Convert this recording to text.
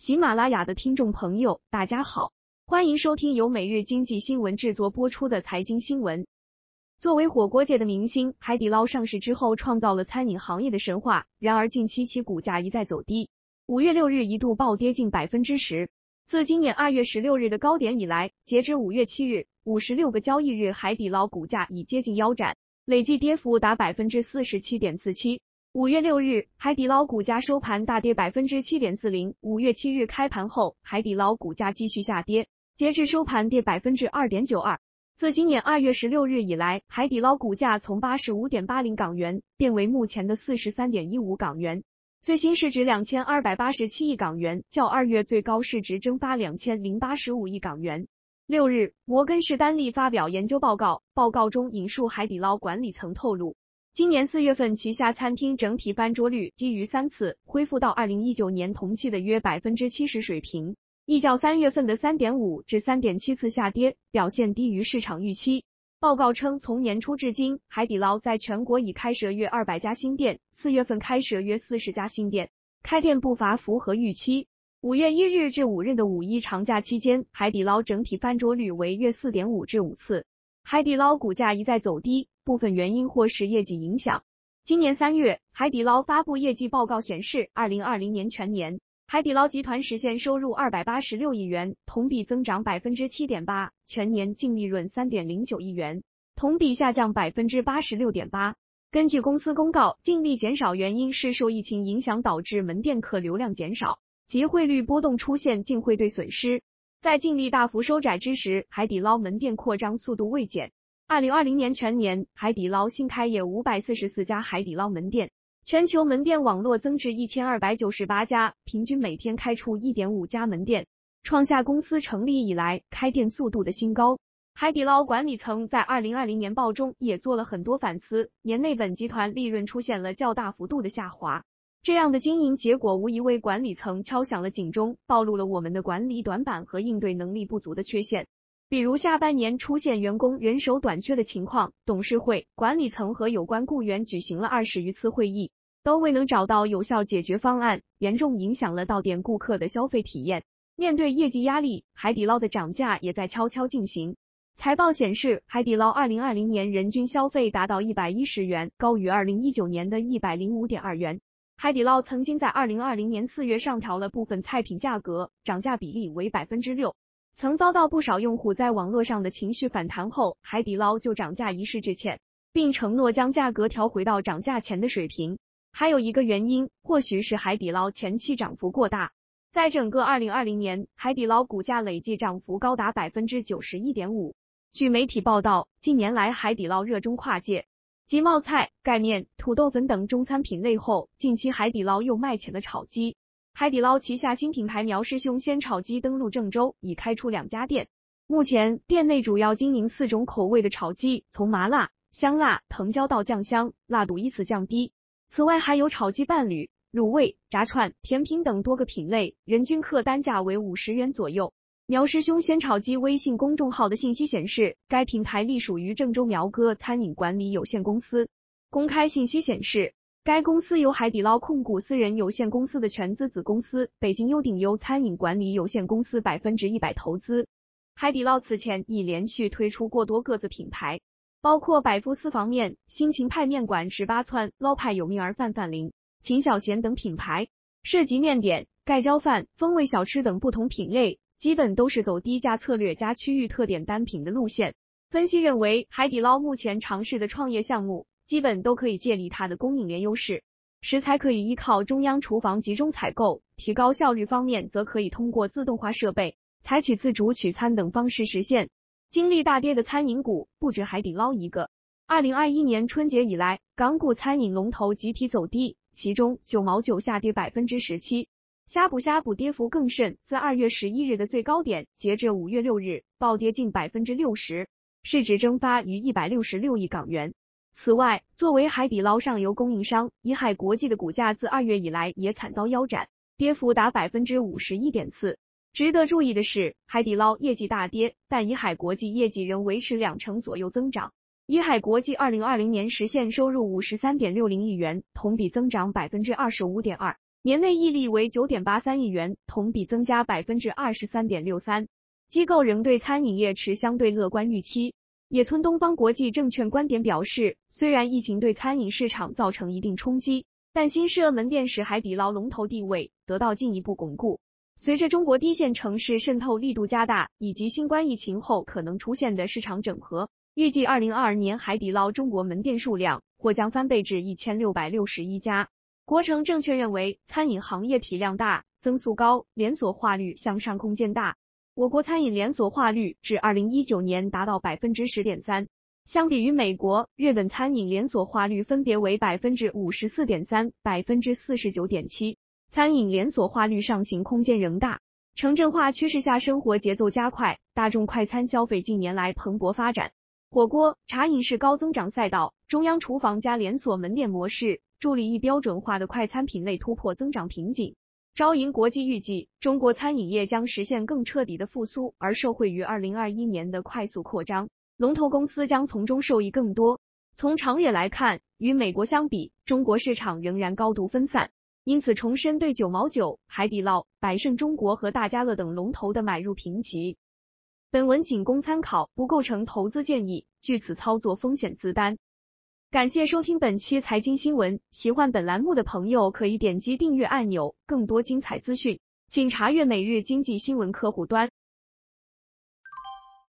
喜马拉雅的听众朋友，大家好，欢迎收听由每日经济新闻制作播出的财经新闻。作为火锅界的明星，海底捞上市之后创造了餐饮行业的神话，然而近期其股价一再走低，5月6日一度暴跌近 10%。自今年2月16日的高点以来，截至5月7日，56个交易日海底捞股价已接近腰斩，累计跌幅达 47.47%。5月6日，海底捞股价收盘大跌 7.40%。5月7日开盘后，海底捞股价继续下跌，截至收盘跌 2.92%。自今年2月16日以来，海底捞股价从 85.80 港元变为目前的 43.15 港元，最新市值 2287亿港元，较2月最高市值蒸发2085亿港元。6日，摩根士丹利发表研究报告，报告中引述海底捞管理层透露，今年4月份旗下餐厅整体翻桌率低于3次，恢复到2019年同期的约 70% 水平，亦较3月份的 3.5 至 3.7 次下跌，表现低于市场预期。报告称，从年初至今，海底捞在全国已开设约200家新店，4月份开设约40家新店，开店步伐符合预期。5月1日至5日的五一长假期间，海底捞整体翻桌率为约 4.5 至5次。海底捞股价一再走低，部分原因或是业绩影响。今年3月，海底捞发布业绩报告显示，2020年全年，海底捞集团实现收入286亿元，同比增长 7.8%， 全年净利润 3.09 亿元，同比下降 86.8%。根据公司公告，净利减少原因是受疫情影响导致门店客流量减少，及汇率波动出现净汇兑损失。在净利大幅收窄之时，海底捞门店扩张速度未减。2020年全年，海底捞新开业544家海底捞门店，全球门店网络增至1298家，平均每天开出 1.5 家门店，创下公司成立以来开店速度的新高。海底捞管理层在2020年报中也做了很多反思，年内本集团利润出现了较大幅度的下滑。这样的经营结果无疑为管理层敲响了警钟，暴露了我们的管理短板和应对能力不足的缺陷。比如下半年出现员工人手短缺的情况，董事会、管理层和有关雇员举行了20余次会议，都未能找到有效解决方案，严重影响了到店顾客的消费体验。面对业绩压力，海底捞的涨价也在悄悄进行。财报显示，海底捞2020年人均消费达到110元，高于2019年的 105.2 元。海底捞曾经在2020年4月上调了部分菜品价格，涨价比例为 6%。曾遭到不少用户在网络上的情绪反弹后，海底捞就涨价一事致歉，并承诺将价格调回到涨价前的水平。还有一个原因，或许是海底捞前期涨幅过大。在整个2020年，海底捞股价累计涨幅高达 91.5%。据媒体报道，近年来海底捞热衷跨界，继冒菜、盖面、土豆粉等中餐品类后，近期海底捞又卖起了炒鸡。海底捞旗下新品牌苗师兄鲜炒鸡登陆郑州，已开出2家店。目前店内主要经营4种口味的炒鸡，从麻辣、香辣、藤椒到酱香，辣度依次降低。此外还有炒鸡伴侣、卤味、炸串、甜品等多个品类，人均客单价为50元左右。苗师兄鲜炒鸡微信公众号的信息显示，该平台隶属于郑州苗哥餐饮管理有限公司。公开信息显示，该公司由海底捞控股私人有限公司的全资子公司北京优鼎优餐饮管理有限公司100%投资。海底捞此前已连续推出过多个子品牌，包括百福私房面、新秦派面馆18寸、捞派有名儿饭饭林、秦小贤等品牌，涉及面点、盖浇饭、风味小吃等不同品类，基本都是走低价策略加区域特点单品的路线。分析认为，海底捞目前尝试的创业项目基本都可以借力它的供应链优势，食材可以依靠中央厨房集中采购，提高效率方面则可以通过自动化设备，采取自主取餐等方式实现。经历大跌的餐饮股不止海底捞一个。2021年春节以来，港股餐饮龙头集体走低，其中九毛九下跌 17%， 呷哺跌幅更甚，自2月11日的最高点，截至5月6日，暴跌近 60%， 市值蒸发逾166亿港元。此外，作为海底捞上游供应商，怡海国际的股价自2月以来也惨遭腰斩，跌幅达 51.4%。值得注意的是，海底捞业绩大跌，但怡海国际业绩仍维持2%左右增长。怡海国际2020年实现收入 53.60 亿元，同比增长 25.2%。 年内溢利为 9.83 亿元，同比增加 23.63%。机构仍对餐饮业持相对乐观预期。野村东方国际证券观点表示，虽然疫情对餐饮市场造成一定冲击，但新设门店使海底捞龙头地位得到进一步巩固。随着中国低线城市渗透力度加大，以及新冠疫情后可能出现的市场整合，预计2022年海底捞中国门店数量或将翻倍至1661家。国诚证券认为，餐饮行业体量大、增速高、连锁化率向上空间大。我国餐饮连锁化率至2019年达到 10.3%， 相比于美国、日本餐饮连锁化率分别为 54.3%、49.7%。餐饮连锁化率上行空间仍大。城镇化趋势下生活节奏加快，大众快餐消费近年来蓬勃发展。火锅、茶饮是高增长赛道，中央厨房加连锁门店模式，助力一标准化的快餐品类突破增长瓶颈。招银国际预计，中国餐饮业将实现更彻底的复苏，而受惠于2021年的快速扩张，龙头公司将从中受益更多。从长远来看，与美国相比，中国市场仍然高度分散。因此重申对9毛9、海底捞、百胜中国和大家乐等龙头的买入评级。本文仅供参考，不构成投资建议，据此操作风险自担。感谢收听本期财经新闻，喜欢本栏目的朋友可以点击订阅按钮，更多精彩资讯，请查阅每日经济新闻客户端。